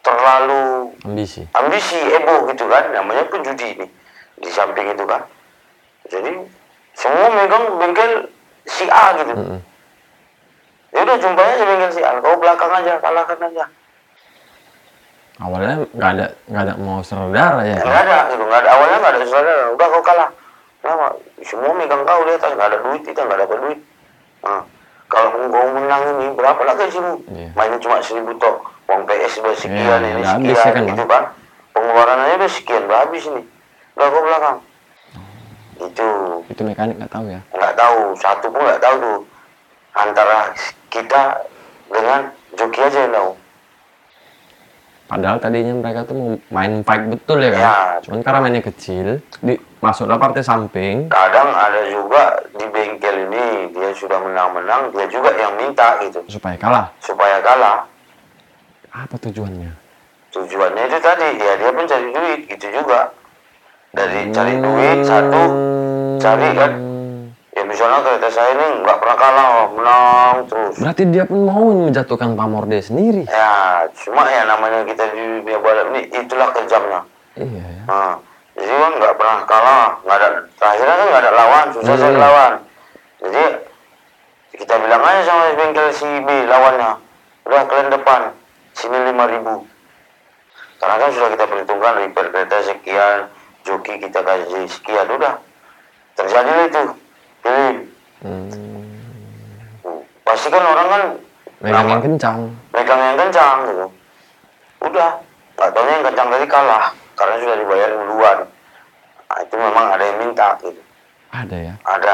terlalu ambisi. ambisi, ego gitu kan, namanya pun judi ini di samping itu kan. Jadi semua megang bengkel si A gitu. Mm-mm. Ya udah jumpanya aja bengkel si A, kau belakang aja, kalahkan aja. Awalnya nggak ada nggak ada mau saudara ya. Nggak ada, gitu. Nggak ada, awalnya nggak ada saudara. Udah kau kalah. Kenapa? Semua megang kau di atas, nggak ada duit, kita nggak dapat duit. Nah, kalau kau menang ini berapa lah gajimu? Iya. Mainnya cuma seribu toh, uang P S udah sekian, Iya, ini udah sekian, habis ya kan, gitu Bang? kan. Pengeluarannya udah sekian, udah habis ini. Udah kau belakang. Itu Itu mekanik nggak tahu ya. nggak tahu, satu pun nggak tahu tuh antara kita dengan joki aja yang tahu. Padahal tadinya mereka tuh mau main fight betul ya kan. Ya. Cuman karena mainnya kecil, di masuklah partai samping. Kadang ada juga di bengkel ini dia sudah menang-menang, dia juga yang minta gitu Supaya kalah. supaya kalah. Apa tujuannya? Tujuannya itu tadi ya dia pun cari duit gitu juga. Dari cari Hmm. duit satu, cari kan. Ya misalnya kereta saya ini nggak pernah kalah, menang terus. Berarti dia pun mau menjatuhkan pamor dia sendiri. Ya cuma ya namanya kita di dunia balap ini itulah kejamnya. Iya ya. Nah, jadi kan nggak pernah kalah, nggak ada terakhirnya kan nggak ada lawan, susah Hmm. cari lawan. Jadi kita bilang aja sama bengkel si B lawannya, udah kalian depan, sini lima ribu. Karena kan sudah kita perhitungkan repair kereta sekian, joki kita kasih sekian, udah terjadilah itu, pilih. Hmm. Hmm. Pasti kan orang kan Megang nama- yang kencang. megang yang kencang gitu. Udah, nggak taunya yang kencang tadi kalah karena sudah dibayar duluan. Nah, itu memang ada yang minta gitu. Ada ya. Ada.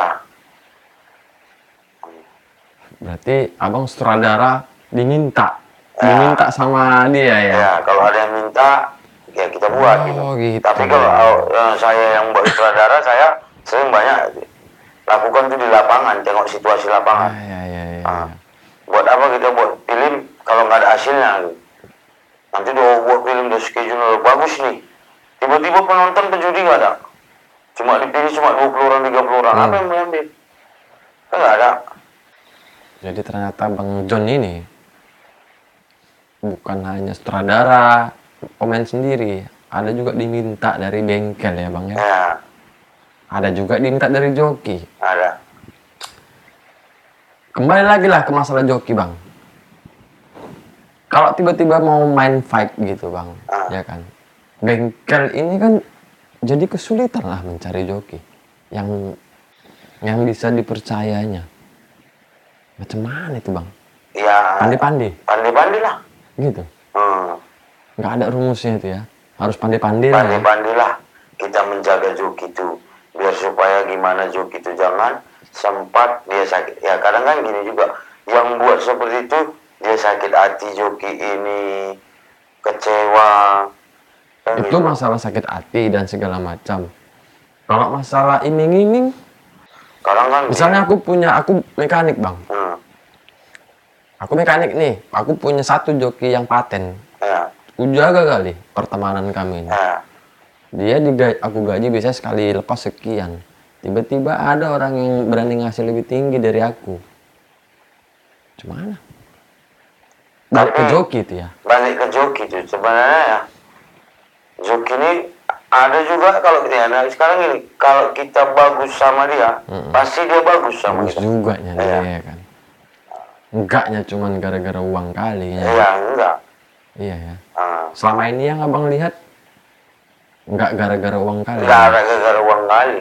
Berarti abang sutradara diminta. Ya. Diminta sama dia ya. Ya, kalau ada yang minta, ya kita buat gitu. Oh, gitu. Tapi kalau uh, saya yang buat sutradara, saya sering banyak lakukan itu di lapangan, tengok situasi Ah, lapangan. ya, ya, ya. Nah, buat apa kita buat film kalau nggak ada hasilnya gitu. Nanti udah buat film udah schedule bagus nih, tiba-tiba penonton penjudi nggak ada, cuma dipilih cuma dua puluh orang, tiga puluh orang, Hmm. apa yang mau ambil? Kan nggak ada. Jadi ternyata Bang John ini bukan hanya sutradara, pemain sendiri, ada juga diminta dari bengkel ya Bang ya. Ya, Ada juga diminta dari joki. ada. Kembali lagi lah ke masalah joki Bang. Kalau tiba-tiba mau main fight gitu Bang, Ah. ya kan. Bengkel ini kan jadi kesulitan lah mencari joki yang yang bisa dipercayanya. Macam mana itu Bang? Ya, Pandai-pandai pandai-pandai lah. gitu. Hmm. Nggak ada rumusnya itu ya. Harus pandai-pandai lah. Ya. Pandai-pandai lah kita menjaga joki itu, biar supaya gimana joki itu jangan sempat dia sakit. Ya kadang kan gini juga, yang buat seperti itu dia sakit hati joki ini, kecewa. Kan Itu gitu. masalah sakit hati dan segala macam. Kalau masalah iming-iming, Kadang kan misalnya aku punya, aku mekanik Bang. hmm, Aku mekanik nih, aku punya satu joki yang paten. ya, Aku jaga kali pertemanan kami ini. ya, Dia digaji, aku gaji bisa sekali lepas sekian. Tiba-tiba ada orang yang berani ngasih lebih tinggi dari aku. Gimana? Balik ke Tapi- joki itu ya. balik ke joki itu sebenarnya ya, joki ini ada juga kalau kita nah, sekarang gini, kalau kita bagus sama dia, Mm-mm. pasti dia bagus sama Bagus kita. juga nya Iya. dia kan. Enggaknya cuman gara-gara uang kali ya. Iya, enggak. Iya ya. Ah. Selama ini yang abang lihat enggak gara-gara uang kali. Enggak ada gara-gara uang kali.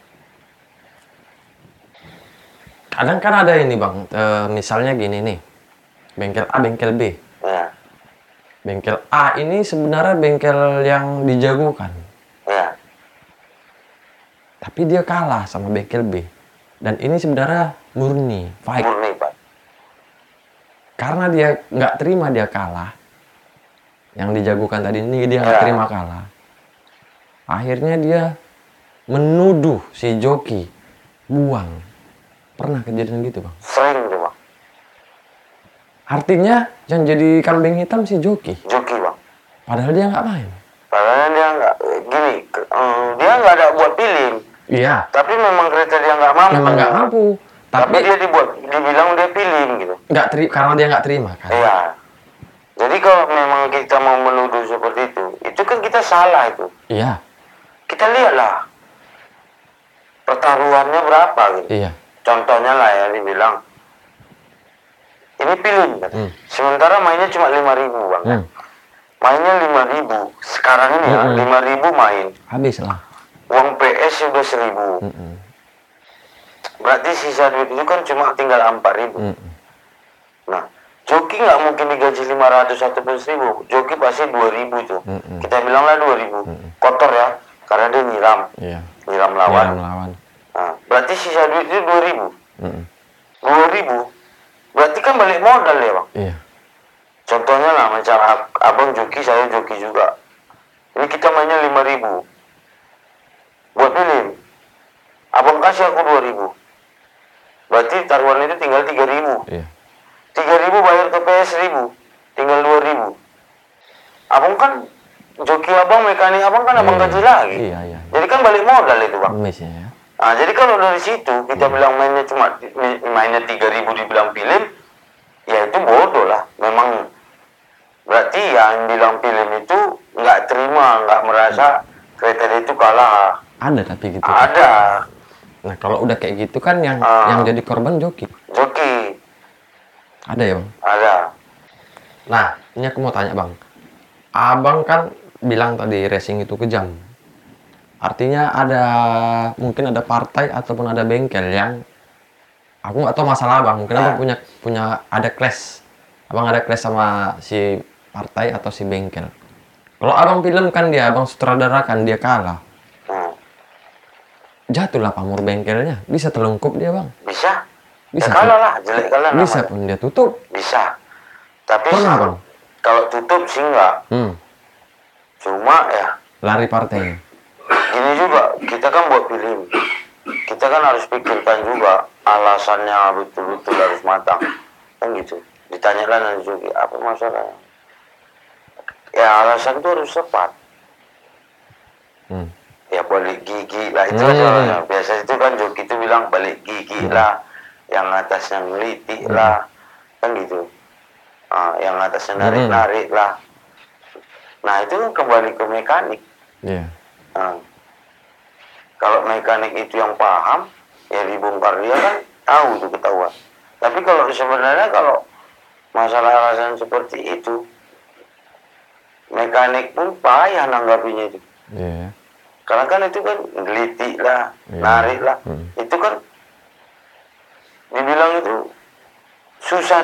Kadang kan ada ini bang, eh, misalnya gini nih, bengkel A, bengkel B. Ya, Bengkel A ini sebenarnya bengkel yang dijagokan, ya, tapi dia kalah sama bengkel B. Dan ini sebenarnya murni, fight. murni Pak. Karena dia nggak terima dia kalah, yang dijagokan tadi ini dia nggak Ya. terima kalah. Akhirnya dia menuduh si joki buang. Pernah kejadian gitu bang? Sering tuh Bang. Artinya yang jadi kambing hitam si joki. Joki Bang. Padahal dia nggak main. Padahal dia enggak gini, ke- em, dia enggak ada buat film, Iya, tapi memang kereta dia enggak mampu. memang nggak mampu. Tapi Tapi dia dibuat, dibilang dia film gitu. nggak terima, karena dia nggak terima kan. Iya. Jadi kalau memang kita mau menuduh salah itu. Iya. Kita lihatlah pertaruhannya berapa gitu. Iya. Contohnya lah ya dibilang ini film kan. Hmm. Sementara mainnya cuma lima ribu bang. Hmm. Mainnya lima ribu. Sekarang ini hmm. ya lima ribu main. Habis lah. Uang P S sudah seribu. Hmm. Berarti sisa duit itu kan cuma tinggal empat ribu. Hmm. Nah, joki nggak mungkin digaji lima ratus ataupun seribu. Joki pasti dua ribu tuh. Hmm. Kita bilanglah dua ribu. Hmm. Kotor ya, karena dia nyiram. Iya. Nyiram lawan. Nyiram lawan. Nah, berarti sisa duit itu dua ribu. Hmm. dua ribu. Berarti kan balik modal ya bang. Iya. Contohnya lah macam abang joki, saya joki juga. Ini kita mainnya lima ribu. Buat film. Abang kasih aku dua ribu. Berarti taruhan itu tinggal tiga ribu. Iya. tiga ribu bayar ke P S seribu. Tinggal dua ribu. Abang kan joki abang, mekanik abang kan abang gaji lagi. Iya, iya. Jadi kan balik modal itu bang. Mesnya ya. Nah, jadi kalau dari situ kita hmm. bilang mainnya cuma mainnya tiga ribu dibilang film, ya itu bodoh lah. Memang berarti yang bilang film itu nggak terima, nggak merasa kereta itu kalah. Ada tapi gitu. Ada. Nah kalau udah kayak gitu kan yang uh, yang jadi korban joki. Joki. Ada ya bang? Ada. Nah ini aku mau tanya bang. Abang kan bilang tadi racing itu kejam. Artinya ada mungkin ada partai ataupun ada bengkel yang aku nggak tahu masalah abang. Mungkin abang punya punya ada clash. Abang ada clash sama si partai atau si bengkel. Kalau abang film kan dia, abang sutradara kan dia kalah. Hmm. Jatuhlah pamor bengkelnya. Bisa terlungkup dia bang. Bisa. Bisa. Ya, kalah lah, jelek kalah. Bisa namanya. pun dia tutup. Bisa. Tapi pernah bang? Kalau tutup sih enggak. Hmm. Cuma ya. Lari partai. Gini juga, kita kan buat film, kita kan harus pikirkan juga alasannya betul-betul harus matang, kan gitu. Ditanyakan nanti juga apa masalahnya? Ya alasan itu harus tepat. Hmm. Ya balik gigi lah itu hmm. soalnya. Biasa itu kan joki itu bilang balik gigi hmm. lah, yang atasnya ngelitik hmm. lah, kan gitu. Nah, yang atasnya narik-narik hmm. lah. Nah itu kan kembali ke mekanik. Yeah. Nah, kalau mekanik itu yang paham, ya dibongkar dia kan tahu itu ketahuan. Tapi kalau sebenarnya kalau masalah alasan seperti itu, mekanik pun payah nanggapinya itu. Yeah. Karena kan itu kan gelitik lah, yeah. narik lah. Hmm. Itu kan dibilang itu susah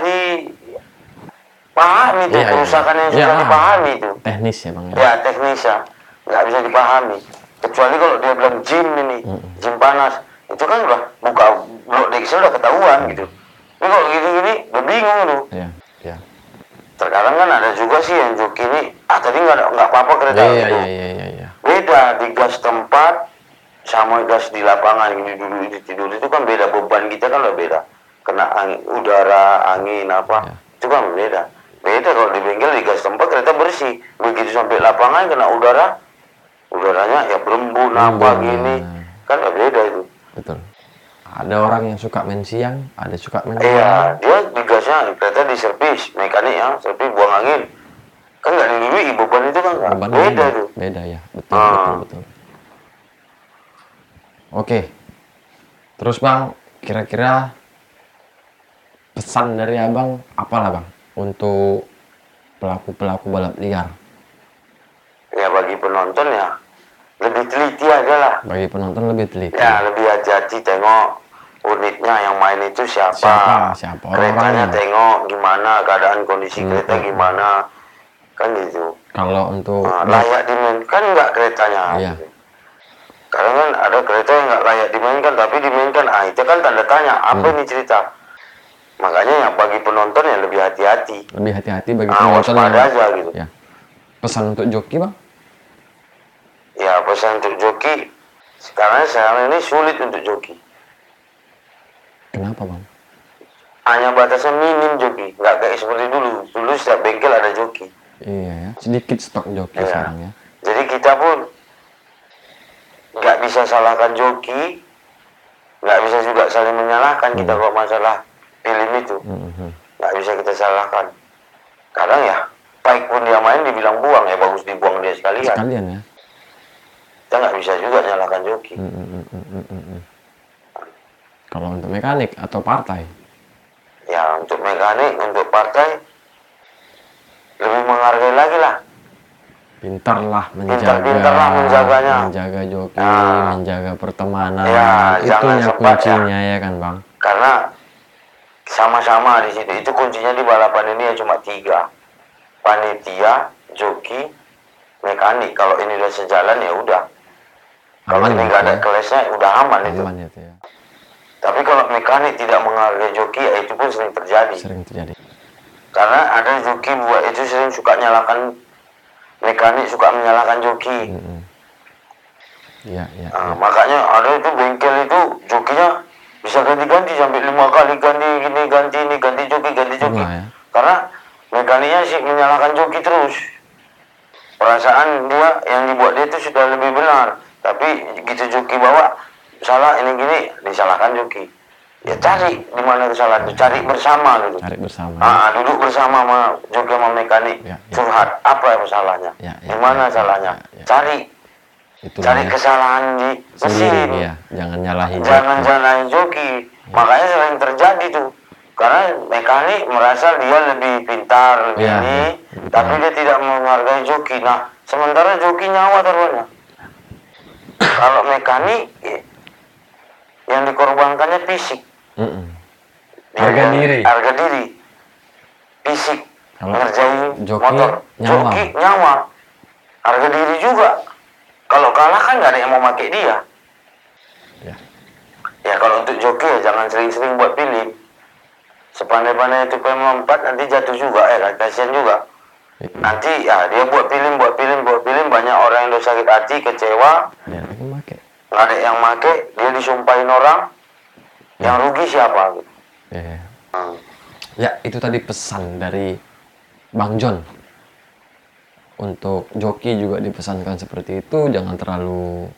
dipahami itu, yeah, kerusakan yeah. yang susah yeah. dipahami itu. Teknis ya bang? Ya, ya teknis ya, nggak bisa dipahami. Kecuali kalau dia bilang gym ini, mm. gym panas, itu kan udah buka blok Dexel udah ketahuan gitu. Tapi kalau gini-gini, udah bingung tuh. Yeah. Yeah. Terkadang kan ada juga sih yang joki ini, ah tadi nggak nggak apa-apa kereta yeah, gitu. Yeah, yeah, yeah, yeah. Beda di gas tempat sama gas di lapangan ini dulu di tidur itu kan beda, beban kita kan udah beda. Kena angin, udara, angin apa, yeah. itu kan beda. Beda kalau di bengkel di gas tempat kereta bersih, begitu sampai lapangan kena udara. Udaranya ya berembun apa gini kan gak beda itu. Betul. Ada orang yang suka main siang, ada suka main malam. Iya, dia di gasnya kereta di servis, mekanik yang servis buang angin. Kan gak dilindungi, beban itu kan gak beda beda, itu. Beda ya, betul, hmm. betul, betul. Oke. Terus bang, kira-kira pesan dari abang apalah bang untuk pelaku-pelaku balap liar? Ya bagi penonton ya lebih teliti aja lah. Bagi penonton lebih teliti. Ya lebih hati-hati tengok unitnya yang main itu siapa. Siapa? Siapa? Keretanya tengok gimana keadaan kondisi hmm. kereta gimana. Kan gitu. Kalau untuk nah, layak dimainkan kan nggak keretanya. Iya. Gitu. Karena kan ada kereta yang nggak layak dimainkan tapi dimainkan. Ah itu kan tanda tanya apa hmm. ini cerita. Makanya ya bagi penonton ya lebih hati-hati. Lebih hati-hati bagi nah, penonton. Waspada aja gitu. Ya. Pesan untuk joki bang? Ya pesan untuk joki sekarang sekarang ini sulit untuk joki. Kenapa bang? Hanya batasan minim joki, nggak kayak seperti dulu. Dulu setiap bengkel ada joki. Iya ya, sedikit stok joki ya. Sekarang ya. Jadi kita pun nggak bisa salahkan joki, nggak bisa juga saling menyalahkan hmm. kita kalau masalah film itu. Nggak hmm. bisa kita salahkan. Kadang ya baik pun dia main sekalian dibilang buang, ya bagus dibuang dia sekalian. Sekalian ya. Kita nggak bisa juga nyalakan joki. Hmm, hmm, hmm, hmm, hmm, hmm. Kalau untuk mekanik atau partai? Ya untuk mekanik, untuk partai lebih menghargai lagi lah. Pintarlah menjaga, Pintar, pintarlah menjaganya. menjaga joki, Nah. menjaga pertemanan. Ya, Itu jangan yang sempat kuncinya ya kan bang? Karena sama-sama di situ. Itu kuncinya di balapan ini ya cuma tiga. Panitia, joki, mekanik. Kalau ini udah sejalan ya udah. Kalau Aman ini gitu nggak ada ya? clash-nya udah aman, itu. Aman itu ya. Tapi kalau mekanik tidak menghargai joki, ya itu pun sering terjadi. Sering terjadi. Karena ada joki buat itu sering suka nyalakan mekanik, suka menyalahkan joki. Hmm. Iya, iya. Nah, Ya. makanya ada itu bengkel itu jokinya bisa ganti-ganti sampai lima kali ganti gini ganti ini ganti joki ganti joki. Pernah ya? Karena mekaniknya sih menyalahkan joki terus. Perasaan dia yang dibuat dia itu sudah lebih benar, tapi gitu joki bawa salah ini gini disalahkan joki. Ya cari di mana kesalahan itu, cari bersama gitu. Cari bersama. Ah, duduk bersama sama joki sama mekanik, Ya, ya. curhat apa yang salahnya, Ya, ya, di mana ya, salahnya, ya, ya. cari Itulah cari ya. kesalahan di Sendiri mesin. ya. Jangan nyalahin Jangan joki. nyalahin joki. Makanya sering terjadi tuh. Karena mekanik merasa dia lebih pintar, lebih Iya, ini, iya. tapi dia tidak menghargai joki. Nah, sementara joki nyawa taruhannya. Kalau mekanik, eh, yang dikorbankannya fisik. Mm-mm. Ya, Harga yang- diri. Harga diri. Fisik. Kalau Ngerjain joki, motor. nyawa. Joki, nyawa. Harga diri juga. Kalau kalah kan nggak ada yang mau pakai dia. Ya. Ya kalau untuk joki ya jangan sering-sering buat pilih. Sepandai-pandai itu P M empat nanti jatuh juga, eh kasihan juga. Nanti ya dia buat film, buat film, buat film, banyak orang yang udah sakit hati, kecewa, Ada lagi make. nggak ada yang make, dia disumpahin orang, yang rugi siapa? Gitu. Ya. Hmm. Ya, itu tadi pesan dari Bang John. Untuk joki juga dipesankan seperti itu, jangan terlalu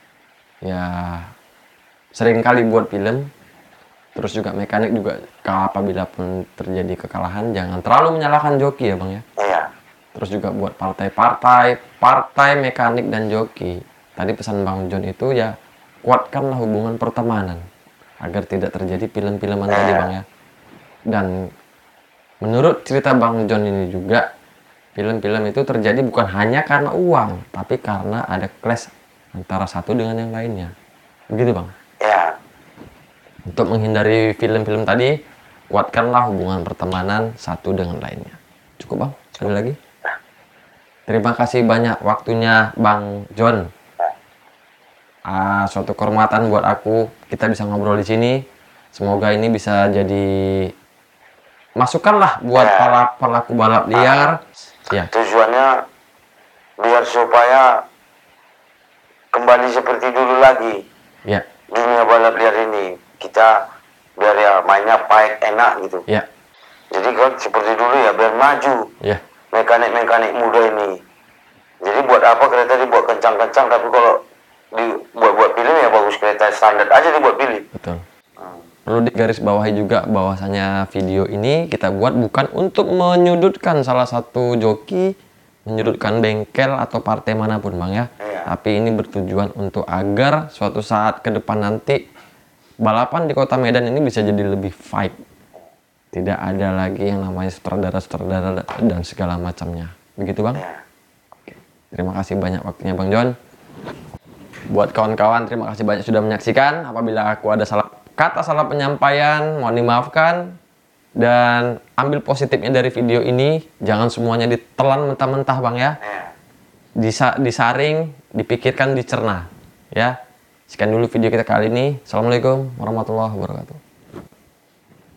ya sering kali buat film. Terus juga mekanik juga apabila pun terjadi kekalahan jangan terlalu menyalahkan joki ya Bang ya. Iya. Terus juga buat partai-partai, partai, mekanik dan joki. Tadi pesan Bang John itu ya kuatkanlah hubungan pertemanan agar tidak terjadi film-filman tadi Bang ya. Dan menurut cerita Bang John ini juga film-film itu terjadi bukan hanya karena uang, tapi karena ada clash antara satu dengan yang lainnya. Begitu Bang. Ya. Untuk menghindari film-film tadi, kuatkanlah hubungan pertemanan satu dengan lainnya. Cukup Bang? Ada lagi? Terima kasih banyak waktunya Bang John. Ah, suatu kehormatan buat aku kita bisa ngobrol di sini. Semoga ini bisa jadi masukan lah buat para pelaku balap liar. Ya, Tujuannya biar supaya kembali seperti dulu lagi ya, dunia balap liar ini. Kita biar ya mainnya baik, enak gitu. ya, Jadi kan seperti dulu ya biar maju ya. mekanik-mekanik muda ini. Jadi buat apa kereta dibuat kencang-kencang, tapi kalau dibuat-buat pilih ya bagus kereta standar aja dibuat pilih. Betul. Perlu digarisbawahi juga bahwasanya video ini kita buat bukan untuk menyudutkan salah satu joki, menyudutkan bengkel atau partai manapun Bang ya. Iya. Tapi ini bertujuan untuk agar suatu saat ke depan nanti balapan di Kota Medan ini bisa jadi lebih fight. Tidak ada lagi yang namanya sutradara-sutradara dan segala macamnya. Begitu Bang? Ya. Oke. Terima kasih banyak waktunya Bang John. Buat kawan-kawan, terima kasih banyak sudah menyaksikan. Apabila aku ada salah kata, salah penyampaian, mohon dimaafkan. Dan ambil positifnya dari video ini, jangan semuanya ditelan mentah-mentah Bang ya. Ya. Disa disaring, dipikirkan, dicerna. Ya. Sekian dulu video kita kali ini. Assalamualaikum warahmatullahi wabarakatuh.